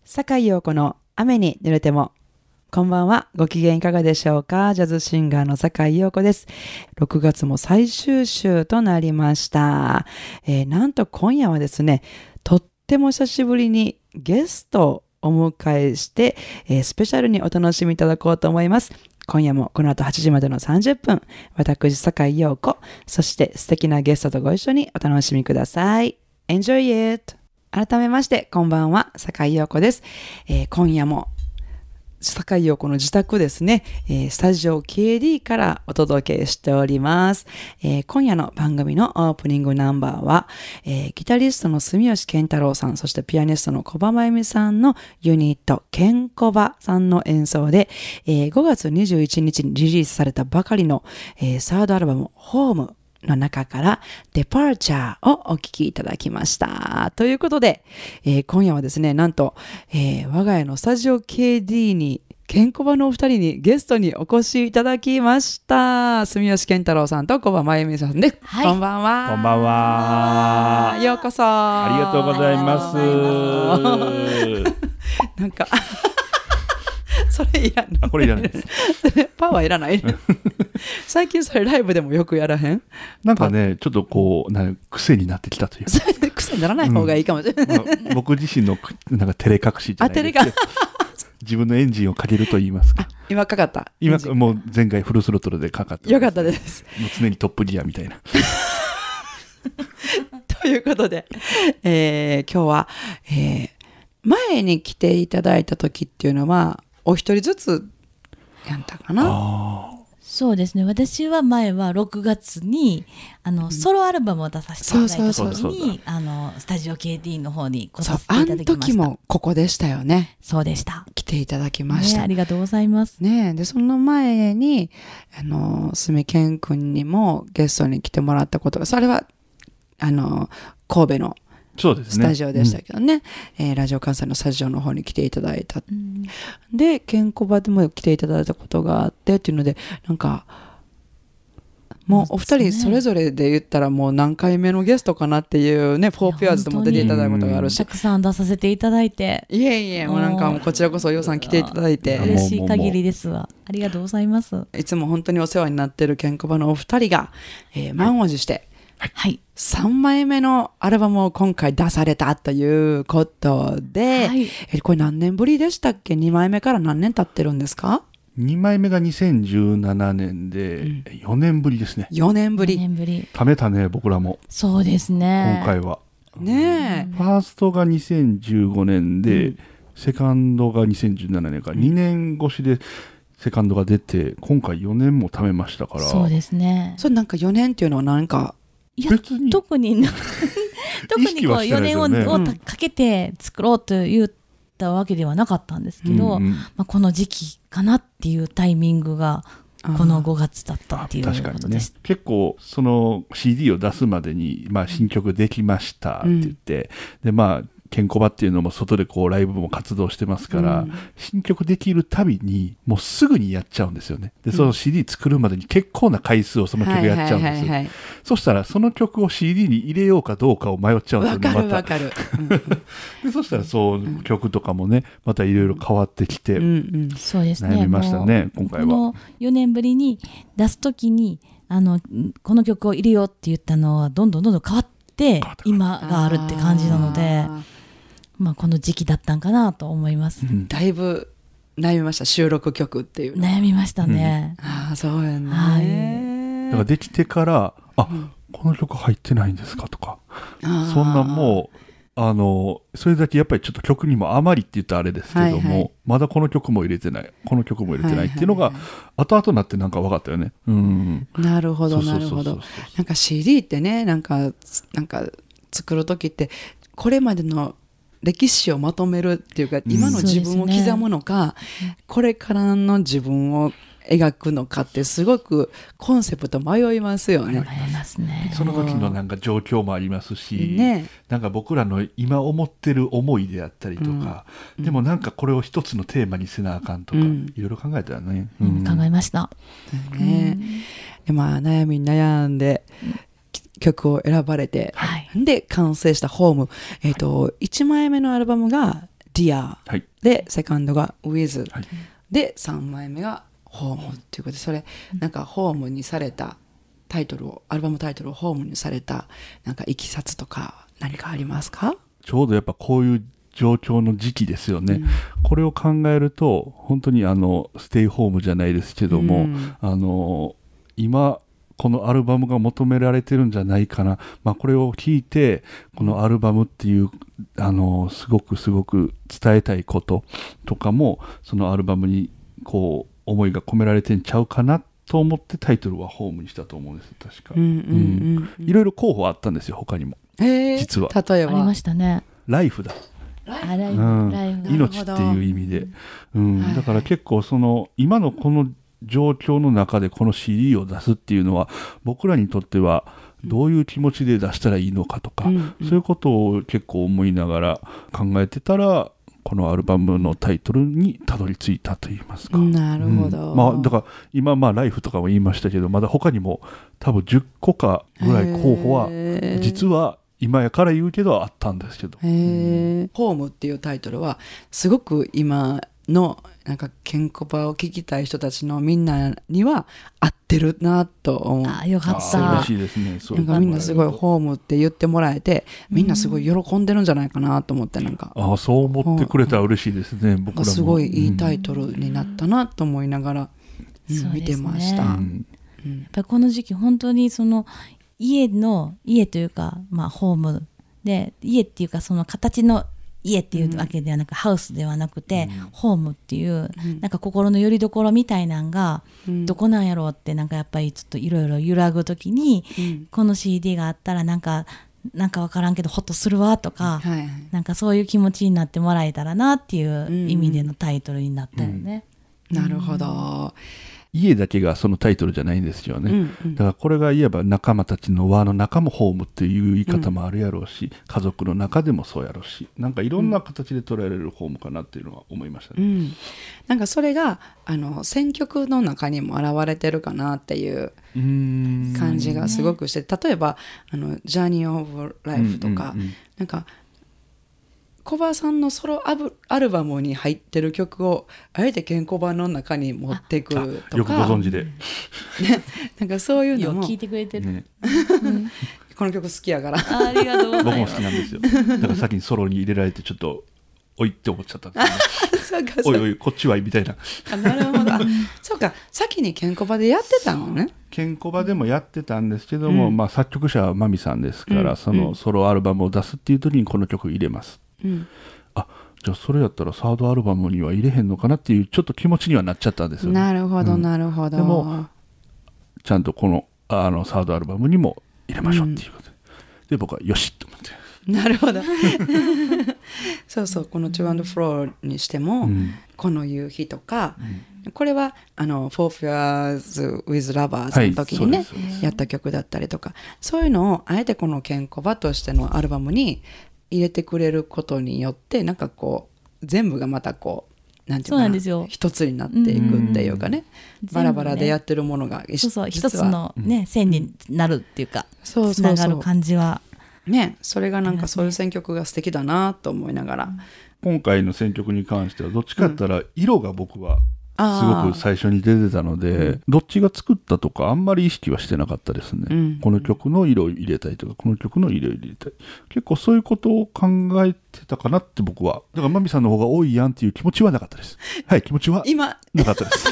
坂井陽子の雨に濡れても。こんばんは。ご機嫌いかがでしょうか。ジャズシンガーの坂井陽子です。6月も最終週となりました。なんと今夜はですね、とっても久しぶりにゲストをお迎えして、スペシャルにお楽しみいただこうと思います。今夜もこの後8時までの30分、私坂井陽子、そして素敵なゲストとご一緒にお楽しみください。Enjoy it! 改めましてこんばんは、坂井陽子です。今夜も坂井陽子の自宅ですね、スタジオ KD からお届けしております。今夜の番組のオープニングナンバーは、ギタリストの住吉健太郎さん、そしてピアニストの小葉真由美さんのユニットケンコバさんの演奏で、5月21日にリリースされたばかりの、サードアルバムホームの中からデパーチャーをお聴きいただきました。ということで、今夜はですね、なんと、我が家のスタジオ KD にケンコバのお二人にゲストにお越しいただきました。住吉健太郎さんと小葉真由美さんです。はい、こんばんは。 こんばんは。 ようこそ。 ありがとうございます。 なんかそれいらない。 これいらないです。 パワーいらない。最近それライブでもよくやらへん？ なんかね、ちょっとこう癖になってきたというか。 癖にならない方がいいかもしれない。 僕自身のなんか照れ隠しじゃないですけど。自分のエンジンをかけると言いますか。 今かかった。 今もう前回フルスロットルでかかった。 よかったです。 もう常にトップギアみたいな。 ということで、今日は、前に来ていただいた時っていうのはお一人ずつやったかな。 そうですね。私は前は6月にソロアルバムを出させていただいた時にスタジオ KD の方に来させていただきました。 あの時もここでしたよね。 そうでした。 来ていただきました。 ありがとうございます。 ね、でその前に住健くんにもゲストに来てもらったことが、それは神戸のスタジオでしたけどね、ラジオ関西のスタジオの方に来ていただいた、でケンコバでも来ていただいたことがあってっていうので、なんかもうお二人それぞれで言ったらもう何回目のゲストかなっていうね、フォーペアーズでも出ていただいたことがあるし、 たくさん出させていただいて、 いえもうなんかもうこちらこそようさん来ていただいて嬉しい限りですわ。ありがとうございます。 いつも本当にお世話になってるケンコバのお二人が、満を持してはい、 3枚目のアルバムを今回出されたということで、はい、これ何年ぶりでしたっけ？ 2 枚目から何年経ってるんですか？2 枚目が2017年で4年ぶりですね。 4年ぶり。 ためたね、僕らも。 そうですね。 今回は。 ねファーストが2015年で、セカンドが2017年から2年越しでセカンドが出て、今回4年もためましたから。 そうですね。 それなんか4年っていうのは何か、 いや特にこう4年をかけて作ろうと言ったわけではなかったんですけど、この時期かなっていうタイミングがこの5月だったっていうことです。 結構その CD を出すまでに、新曲できましたって言って、でケンコバっていうのも外でこうライブも活動してますから、新曲できるたびにもうすぐにやっちゃうんですよね。でその CD 作るまでに結構な回数をその曲やっちゃうんですよ。そしたらその曲を CD に入れようかどうかを迷っちゃうんですよね。 わかるでそしたらそう曲とかもね、またいろいろ変わってきて、 そうですね、 悩みましたね。今回はこの4年ぶりに出すときにこの曲を入れようって言ったのはどんどん変わって今があるって感じなので、この時期だったんかなと思います。 だいぶ悩みました。収録曲っていう悩みましたね。 そうやね。 だからできてからこの曲入ってないんですかとか、そんなもうそれだけやっぱりちょっと曲にも余りって言ったらあれですけども、まだこの曲も入れてない、この曲も入れてないっていうのが後々になってなんか分かったよね。 なるほどなるほど。なんか CD ってね、なんか作る時ってこれまでの歴史をまとめるっていうか、今の自分を刻むのか、これからの自分を描くのかってすごくコンセプト迷いますよね。 迷いますね。 その時のなんか状況もありますし、なんか僕らの今思ってる思いであったりとか、でもなんかこれを一つのテーマにせなあかんとか、いろいろ考えたよね。 考えました。 で悩み悩んで曲を選ばれて、で完成したホーム、1枚目のアルバムが Dear、 はい、 でセカンドが With、 はい、 で3枚目が Home っていうことで、それなんかホームにされたタイトルを、アルバムタイトルをホームにされたなんかいきさつとか何かありますか？ ちょうどやっぱこういう状況の時期ですよね、これを考えると本当にステイホームじゃないですけども、今このアルバムが求められてるんじゃないかな、これを聞いてこのアルバムっていうすごく伝えたいこととかもそのアルバムにこう思いが込められてんちゃうかなと思ってタイトルはホームにしたと思うんです確か。いろいろ候補あったんですよ他にも、実は例えばありましたね。 ライフだ、命っていう意味で、だから結構その今のこの状況の中でこの CD を出すっていうのは僕らにとってはどういう気持ちで出したらいいのかとか、そういうことを結構思いながら考えてたらこのアルバムのタイトルにたどり着いたといいますか。 なるほど、 だから今ライフとかも言いましたけど、まだ他にも多分10個かぐらい候補は実は今やから言うけどあったんですけど、 ホームっていうタイトルはすごく今のなんかケンコバを聞きたい人たちのみんなには合ってるなと思う。 よかった。 嬉しいですね。 なんかみんなすごいホームって言ってもらえて、みんなすごい喜んでるんじゃないかなと思って、なんかそう思ってくれたら嬉しいですね。僕らもすごいいいタイトルになったなと思いながら、見てました。やっぱりこの時期本当にその家というか、ホームで家っていうかその形の家っていうわけではなく、ハウスではなくて、ホームっていう、なんか心の拠り所みたいなんが、どこなんやろうってなんかやっぱりちょっといろいろ揺らぐときに、この CD があったらなんか分からんけどホッとするわとか、なんかそういう気持ちになってもらえたらなっていう意味でのタイトルになったよね。 なるほど。 家だけがそのタイトルじゃないんですよね、だからこれがいわば仲間たちの輪の中もホームっていう言い方もあるやろうし、家族の中でもそうやろうし、なんかいろんな形で捉えられるホームかなっていうのは思いましたね、 なんかそれが選曲の中にも現れてるかなっていう感じがすごくして、例えばジャーニー・オブ・ライフとか、なんかコバさんのソロアルバムに入ってる曲をあえてケンコバの中に持ってくるとか、 よくご存知で、 なんかそういうのも聞いてくれてる、 この曲好きやからありがとうございます。 僕も好きなんですよ。だから先にソロに入れられてちょっとおいって思っちゃったんですよねおいおいこっちはいみたいな。 なるほど。そうか、先にケンコバでやってたのね。 ケンコバでもやってたんですけども、作曲者はマミさんですから、そのソロアルバムを出すっていう時にこの曲入れます、じゃあそれやったらサードアルバムには入れへんのかなっていうちょっと気持ちにはなっちゃったんですよね。 なるほどなるほど。 でもちゃんとこのサードアルバムにも入れましょうっていうことで、僕はよしと思って。 なるほどそうそう、この To and Fro にしても、この夕日とか、これはFour Fears with Lovers の時にね、やった曲だったりとか、そういうのをあえてこのケンコバとしてのアルバムに入れてくれることによって、なんかこう全部がまたこうなんていうかな、一つになっていくっていうかね、バラバラでやってるものが一つのね線になるっていうか、つながる感じはね、それがなんかそういう選曲が素敵だなと思いながら、 今回の選曲に関してはどっちかって言ったら色が僕はすごく最初に出てたので、どっちが作ったとかあんまり意識はしてなかったですね、この曲の色を入れたいとかこの曲の色を入れたい、結構そういうことを考えてたかなって僕は。だからマミさんの方が多いやんっていう気持ちはなかったです。はい、気持ちは今なかったです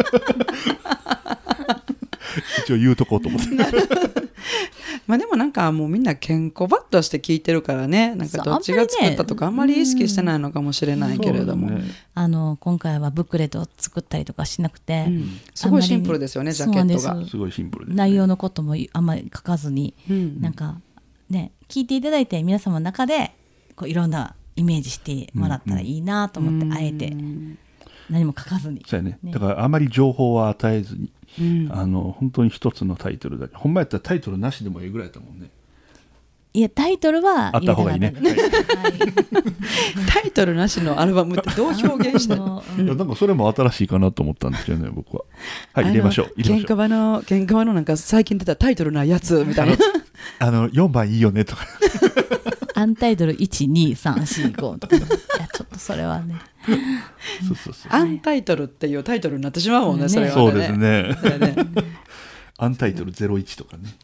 一応言うとこうと思ってでもなんかもうみんなケンコバとして聞いてるからね、なんかどっちが作ったとかあんまり意識してないのかもしれないけれども、 今回はブックレットを作ったりとかしなくて、 すごいシンプルですよね、ジャケットがすごいシンプルです、 内容のこともあんまり書かずに、なんかね聞いていただいて皆様の中でこういろんなイメージしてもらったらいいなと思って、あえて何も書かずに、 そうやね、だからあまり情報は与えずに、本当に一つのタイトルだけ、ほんまやったらタイトルなしでもいいぐらいだもんね。 いやタイトルはあった方がいいね、 タイトルなしのアルバムってどう表現したのいやなんかそれも新しいかなと思ったんですけどね、僕は。はい入れましょう。 ケンコバのなんか最近出たタイトルなやつみたいな 4番いいよねとかアンタイトル12345とか、いやちょっとそれはねそうそうそう。 アンタイトルっていうタイトルになってしまうもんね、 ねそれはね。 そうですね。 そうやねアンタイトル01とかね。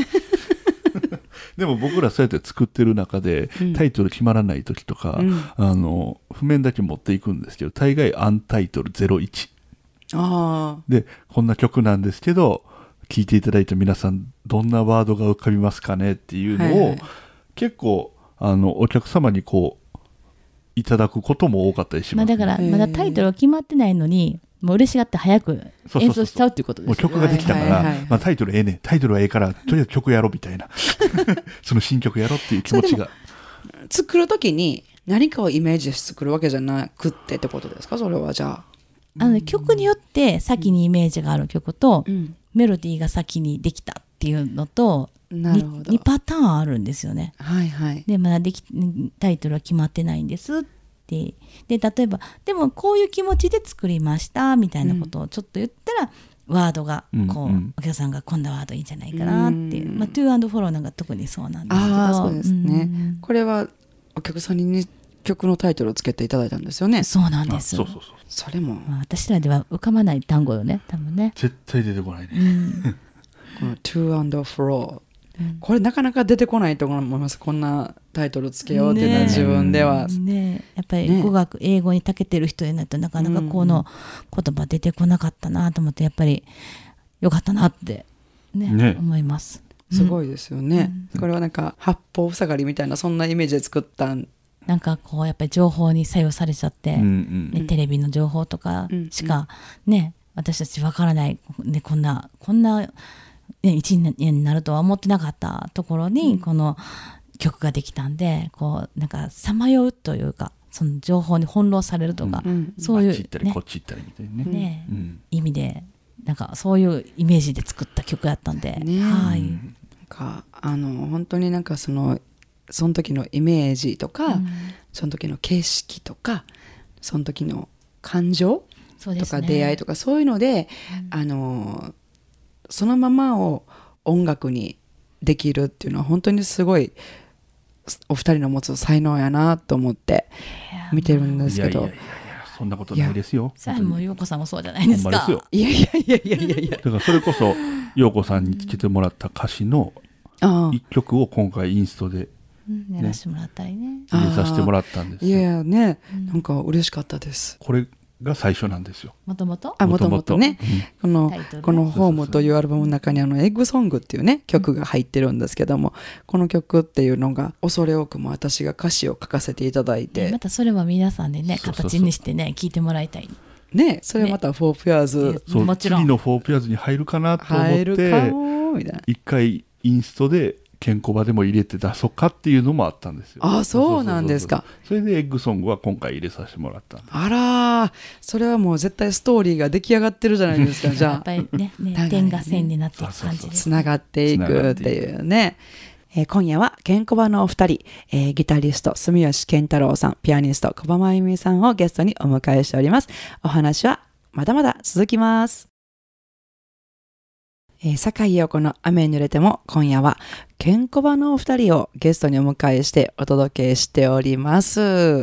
でも僕らそうやって作ってる中で、タイトル決まらない時とか、譜面だけ持っていくんですけど、大概アンタイトル01で、こんな曲なんですけど、聴いていただいた皆さんどんなワードが浮かびますかねっていうのを、結構お客様にこういただくことも多かったりします、ね。 だからまだタイトルが決まってないのに、もう嬉しがって早く演奏しちゃうっていうことですよね。 もう曲ができたから、タイトルええねん、タイトルはええからとりあえず曲やろうみたいなその新曲やろうっていう気持ちが作るときに何かをイメージして作るわけじゃなくってってことですか、それは。じゃあ曲によって先にイメージがある曲と、メロディーが先にできたっていうのと 2パターンあるんですよね。 はいはい。 でまだタイトルは決まってないんですってで、例えばでもこういう気持ちで作りましたみたいなことをちょっと言ったら、ワードがこう、お客さんがこんなワードいいんじゃないかなっていう、トゥーアンドフォローなんか特にそうなんですけど。 そうですね、これはお客さんに曲のタイトルをつけていただいたんですよね。 そうなんです。 それも、 私らでは浮かばない単語よね、多分ね。 絶対出てこないね、 この To and Fro、これなかなか出てこないと思います。こんなタイトルつけようっていうのは自分ではね、やっぱり語学、英語に長けてる人でないとなかなかこの言葉出てこなかったなと思って、やっぱりよかったなってね思います。 すごいですよね、これはなんか八方塞がりみたいなそんなイメージで作ったなんかこうやっぱり情報に左右されちゃって、テレビの情報とかしかね、私たちわからない、ね、こんな1年になるとは思ってなかったところにこの曲ができたんで、こうなんかさまようというか、その情報に翻弄されるとか、そういう、 あっち行ったりこっち行ったりみたいなね、 意味でなんかそういうイメージで作った曲だったんで、はい、 なんか本当になんかその時のイメージとか、その時の景色とか、その時の感情とか出会いとか、そういうので、そのままを音楽にできるっていうのは本当にすごいお二人の持つ才能やなと思って見てるんですけど。 そんなことないですよ。 さあもう陽子さんもそうじゃないですか。 いやだからそれこそ陽子さんにつけてもらった歌詞の一曲を今回インストでやらせてもらったりね、 入れさせてもらったんですよ。 いやね、なんか嬉しかったです。 これが最初なんですよ。 もともとね、このホームというアルバムの中にエッグソングっていうね曲が入ってるんですけども、この曲っていうのが恐れ多くも私が歌詞を書かせていただいて、 またそれも皆さんでね形にしてね聞いてもらいたいね。それまたフォーピアーズ、 もちろん次のフォーピアーズに入るかなと思って一回インストでケンコバでも入れて出そうかっていうのもあったんですよ。 そうなんですか。 それでエッグソングは今回入れさせてもらったんです。 あら、それはもう絶対ストーリーが出来上がってるじゃないですか。じゃあやっぱりね点が線になっていく感じです。 つながっていくっていうね。今夜はケンコバのお二人、ギタリスト住吉健太郎さん、ピアニスト小葉真由美さんをゲストにお迎えしております。お話はまだまだ続きます。坂井陽子の雨に濡れても、今夜はケンコバのお二人をゲストにお迎えしてお届けしております。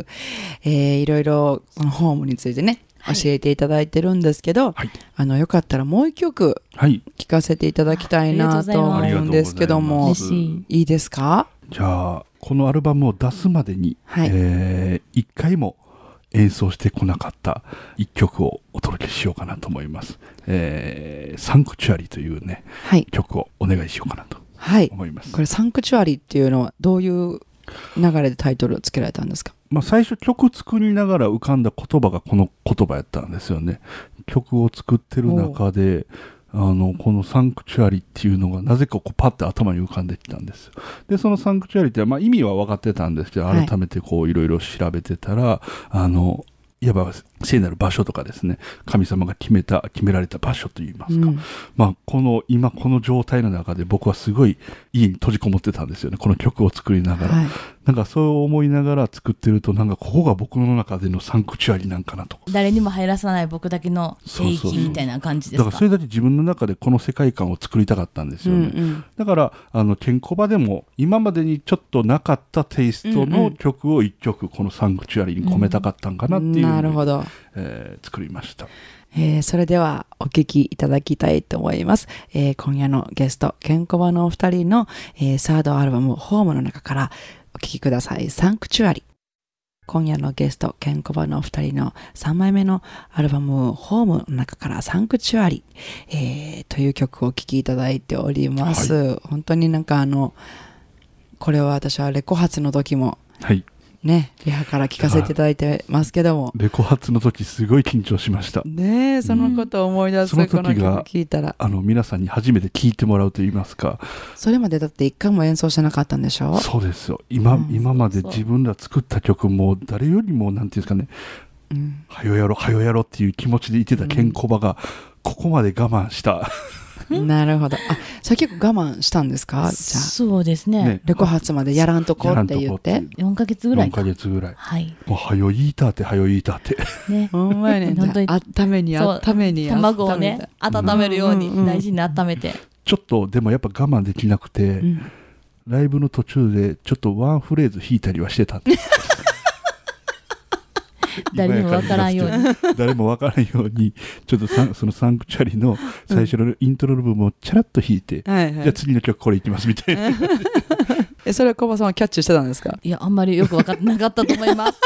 いろいろこのホームについてね教えていただいてるんですけど、よかったらもう一曲聴かせていただきたいなと思うんですけども、いいですか？ じゃあこのアルバムを出すまでに、一回も演奏してこなかった一曲をお届けしようかなと思います。サンクチュアリというね、曲をお願いしようかなと思います。 これサンクチュアリっていうのはどういう流れでタイトルをつけられたんですか？ 最初曲作りながら浮かんだ言葉がこの言葉やったんですよね。曲を作ってる中でこのサンクチュアリっていうのがなぜかパッて頭に浮かんできたんですよ。でそのサンクチュアリって意味は分かってたんですけど、改めていろいろ調べてたら、いわば聖なる場所とかですね、神様が決められた場所といいますか、今この状態の中で僕はすごい家に閉じこもってたんですよね、この曲を作りながら、 なんかそう思いながら作ってると、なんかここが僕の中でのサンクチュアリなんかなと。 誰にも入らさない僕だけの聖域みたいな感じですか。 だからそれだけ自分の中でこの世界観を作りたかったんですよね。だからケンコバでも今までにちょっとなかったテイストの曲を1曲このサンクチュアリに込めたかったんかなっていう、 なるほど、 作りました。 それではお聞きいただきたいと思います。今夜のゲストケンコバのお二人の、サードアルバムホームの中からお聴きください。サンクチュアリ。今夜のゲストケンコバのお二人の3枚目のアルバムホームの中からサンクチュアリ、という曲をお聴きいただいております、はい、本当になんかこれは私はレコ発の時も、はいね、リハから聞かせていただいてますけども、 レコ発の時すごい緊張しましたね。そのことを思い出す、 その時がこの曲聞いたら皆さんに初めて聞いてもらうといいますか、 それまでだって一回も演奏してなかったんでしょ。 そうですよ。今まで自分ら作った曲も誰よりもなんていうんですかね、はよやろはよやろっていう気持ちでいてたケンコバがここまで我慢したなるほど。それ結構我慢したんですか。じゃあそうですね。 レコ発までやらんとこって言って 4ヶ月ぐらい。 4ヶ月ぐらい。 はい。 もうはよいいたってはよいいたって。 ね。ほんまやね。温めに卵をね温めるように大事に温めて。 ちょっとでもやっぱ我慢できなくて、ライブの途中でちょっとワンフレーズ弾いたりはしてた。 誰にも分からんように誰も分からんようにちょっとそのサンクチュアリの最初のイントロの部分をチャラッと弾いて、じゃあ次の曲これいきますみたいなそれはコバさんはキャッチしてたんですか。 いやあんまりよく分かってなかったと思います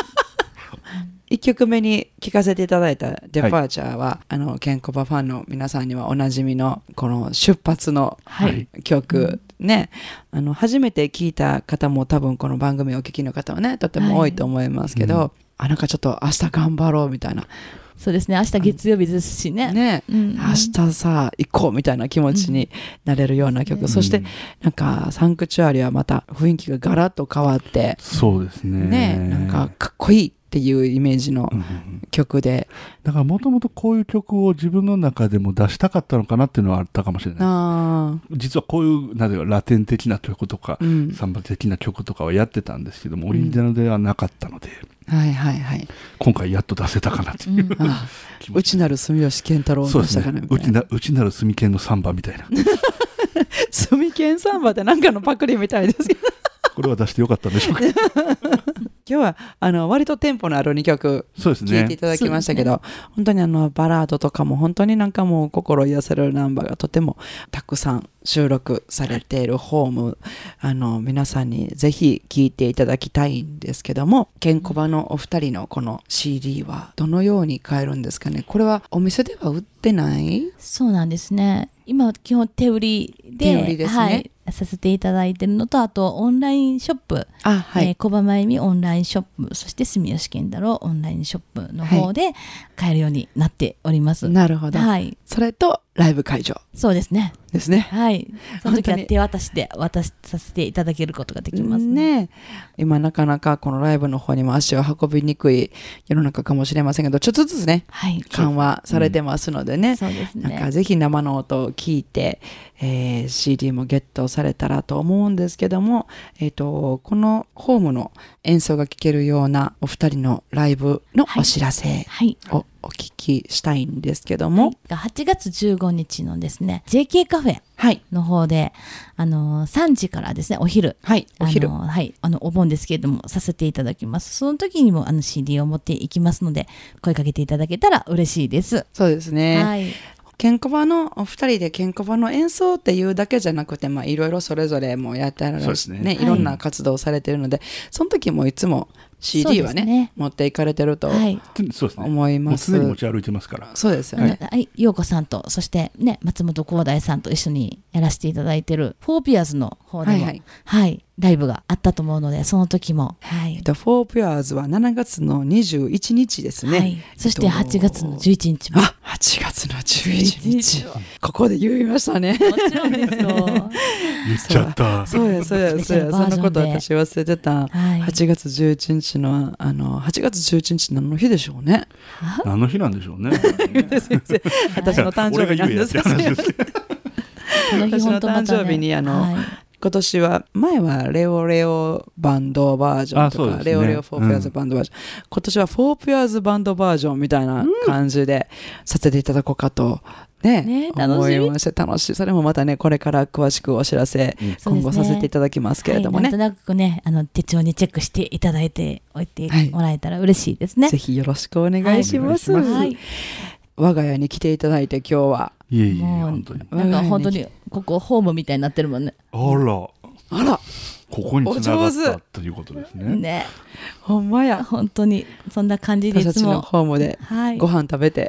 1曲目に聴かせていただいたデパーチャーは、ケンコバファンの皆さんにはおなじみのこの出発の曲、ね、初めて聴いた方も多分この番組をお聴きの方はねとても多いと思いますけど、なんかちょっと明日頑張ろうみたいな。 そうですね。明日月曜日ですしね。 明日さ行こうみたいな気持ちになれるような曲、そしてなんかサンクチュアリはまた雰囲気がガラッと変わって、 そうですね。 なんかかっこいいっていうイメージの曲で、 だからもともとこういう曲を自分の中でも出したかったのかなっていうのはあったかもしれない。実はこういうなんていうかラテン的な曲とか、サンバ的な曲とかはやってたんですけども、オリジナルではなかったので、今回やっと出せたかなっていう、 内なる住吉健太郎でしたかね。 内なる住健のサンバみたいな住健サンバってなんかのパクリみたいですけどこれは出してよかったんでしょうか今日は割とテンポのある2曲聴いていただきましたけど、本当にバラードとかも本当になんかもう心癒されるナンバーがとてもたくさん収録されているホーム、皆さんにぜひ聴いていただきたいんですけども、ケンコバのお二人のこの CD はどのように買えるんですかね。これはお店では売ってない？ そうなんですね。今基本手売りですね。 させていただいているのと、あとオンラインショップ、コバマユミオンラインショップ、そして住吉健太郎オンラインショップの方で買えるようになっております。 なるほど。それとライブ会場。 そうですね。 ですね。 その時は手渡しで渡させていただけることができますね。 今なかなかこのライブの方にも足を運びにくい世の中かもしれませんけど、ちょっとずつね、緩和されてますのでね。なんかぜひ生の音を聞いて、CD もゲットされたらと思うんですけども、このホームの演奏が聴けるようなお二人のライブのお知らせをお聞きしたいんですけども、 8月15日のですね JK カフェの方で、3時からですねお昼、お盆ですけれどもさせていただきます。その時にもCD を持っていきますので声かけていただけたら嬉しいです。 そうですね。ケンコバのお二人でケンコバの演奏っていうだけじゃなくて、いろいろそれぞれもやってられるしね、いろんな活動をされているので、その時もいつも CD はね持っていかれてると思います。 常に持ち歩いてますから。 そうですよね。 陽子さんとそしてね松本光大さんと一緒にやらせていただいてるフォーピアーズの方でもライブがあったと思うので、その時もフォーピアーズは7月の21日ですね。 そして8月の11日も。 8月の11日ここで言いましたね。 もちろんですよ。 言っちゃった。 そうやそのこと私忘れてた。8月11日の8月11日何の日でしょうね。 何の日なんでしょうね。 私の誕生日なんですよ。 この日私の誕生日に今年は、前はレオレオバンドバージョンとか、レオレオフォーピアーズバンドバージョン、今年はフォーピアーズバンドバージョンみたいな感じでさせていただこうかと、思いまして、楽しい。それもまたね、これから詳しくお知らせ、今後させていただきますけれどもね。 なんとなくね、手帳にチェックしていただいておいてもらえたら嬉しいですね。 ぜひよろしくお願いします。我が家に来ていただいて今日は。 いえいえ、本当に。 なんか本当にここホームみたいになってるもんね。 あら。ここに繋がったということですね。 ね。 ほんまや。 本当にそんな感じでいつも。 私たちのホームでご飯食べて。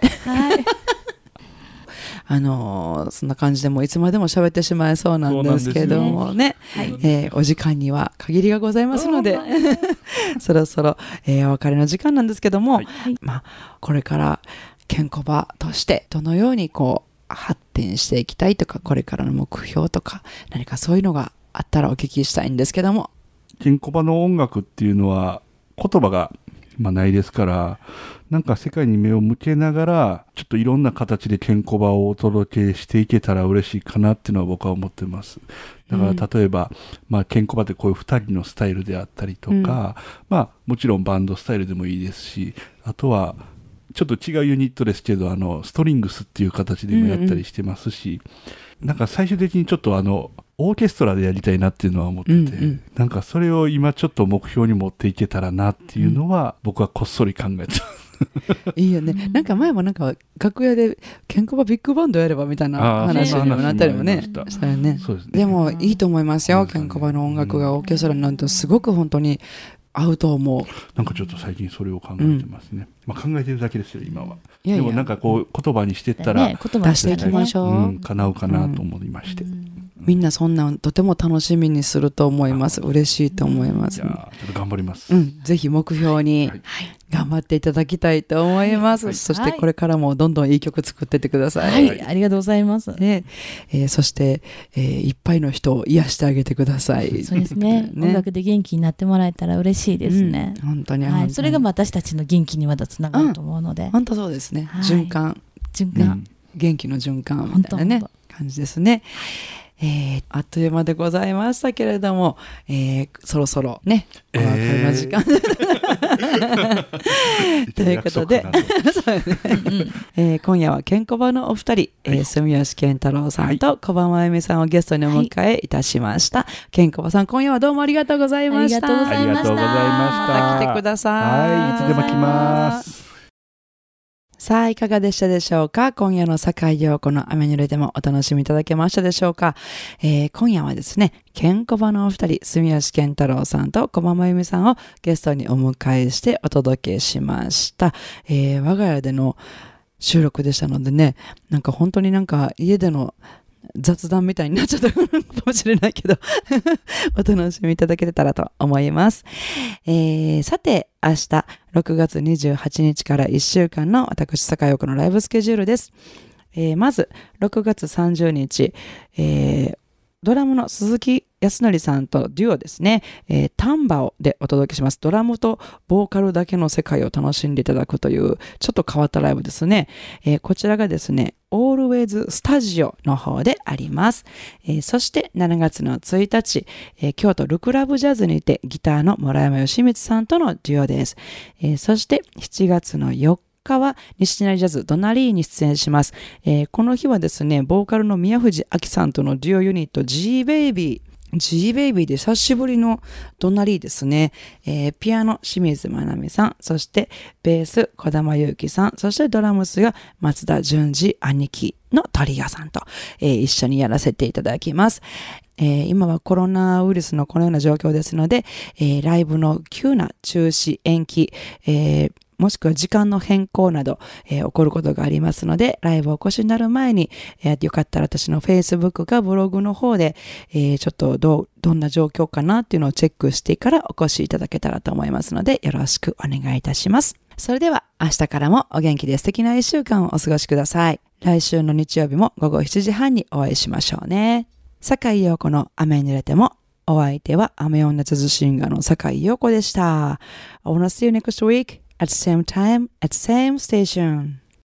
そんな感じでもいつまでも喋ってしまいそうなんですけどもね、お時間には限りがございますのでそろそろ、お別れの時間なんですけども、これからケンコバとしてどのようにこう発展していきたいとか、これからの目標とか何かそういうのがあったらお聞きしたいんですけども。 ケンコバの音楽っていうのは言葉がないですから、なんか世界に目を向けながらちょっといろんな形でケンコバをお届けしていけたら嬉しいかなっていうのは僕は思ってます。だから例えば、ケンコバってこういう2人のスタイルであったりとか、もちろんバンドスタイルでもいいですし、あとはちょっと違うユニットですけどストリングスっていう形でもやったりしてますし、なんか最終的にちょっとオーケストラでやりたいなっていうのは思ってて、なんかそれを今ちょっと目標に持っていけたらなっていうのは、僕はこっそり考えていいよね。なんか前もなんか楽屋でケンコバビッグバンドやればみたいな話にもなったりもねしたよね。でもいいと思いますよ。ケンコバの音楽がオーケストラになるとすごく本当に合うと思う。 なんかちょっと最近それを考えてますね。考えてるだけですよ今は。でもなんかこう言葉にしてったら出していきましょう。 叶うかなと思いまして。 みんなそんなんとても楽しみにすると思います。嬉しいと思います。 じゃあちょっと頑張ります。 ぜひ目標に頑張っていただきたいと思います。そしてこれからもどんどんいい曲作ってってください。 ありがとうございます。 そして、いっぱいの人を癒してあげてください。 そうですね。音楽で元気になってもらえたら嬉しいですね。 本当に。 それが私たちの元気にまたつながると思うので。 本当そうですね。循環。元気の循環みたいなね感じですね。あっという間でございましたけれども、そろそろねお別れの時間ということで今夜はケンコバのお二人、住吉健太郎さんと小葉真由美さんをゲストにお迎えいたしました。ケンコバさん、今夜はどうもありがとうございました。 ありがとうございました。 また来てください。 いつでも来ます。 さあいかがでしたでしょうか。今夜の坂井陽子の雨濡れでもお楽しみいただけましたでしょうか。今夜はですね、ケンコバのお二人、住吉健太郎さんと小葉真由美さんをゲストにお迎えしてお届けしました。我が家での収録でしたのでね、なんか本当になんか家での雑談みたいになっちゃったかもしれないけどお楽しみいただけたらと思います。さて明日6月28日から1週間の私坂井陽子のライブスケジュールです。まず6月30日、ドラムの鈴木康則さんとデュオですね、タンバオでお届けします。ドラムとボーカルだけの世界を楽しんでいただくというちょっと変わったライブですね。こちらがですね、Always スタジオの方であります。そして7月の1日、京都ルクラブジャズにてギターの村山義光さんとのデュオです。そして7月の4日は西成ジャズドナリーに出演します。この日はですね、ボーカルの宮藤明さんとのデュオユニット G-Baby で久しぶりのドナリーですね。ピアノ清水まなみさん、そしてベース小玉祐希さん、そしてドラムスが松田純次兄貴のトリガさんと、一緒にやらせていただきます。今はコロナウイルスのこのような状況ですので、ライブの急な中止延期、もしくは時間の変更など、起こることがありますので、ライブをお越しになる前に、よかったら私の Facebook かブログの方で、ちょっとどんな状況かなっていうのをチェックしてからお越しいただけたらと思いますので、よろしくお願いいたします。それでは明日からもお元気で素敵な1週間をお過ごしください。来週の日曜日も午後7時半にお会いしましょうね。坂井陽子の雨に濡れても、お相手は雨女ジャズシンガーの坂井陽子でした。I wanna see you next week at the same time at the same station.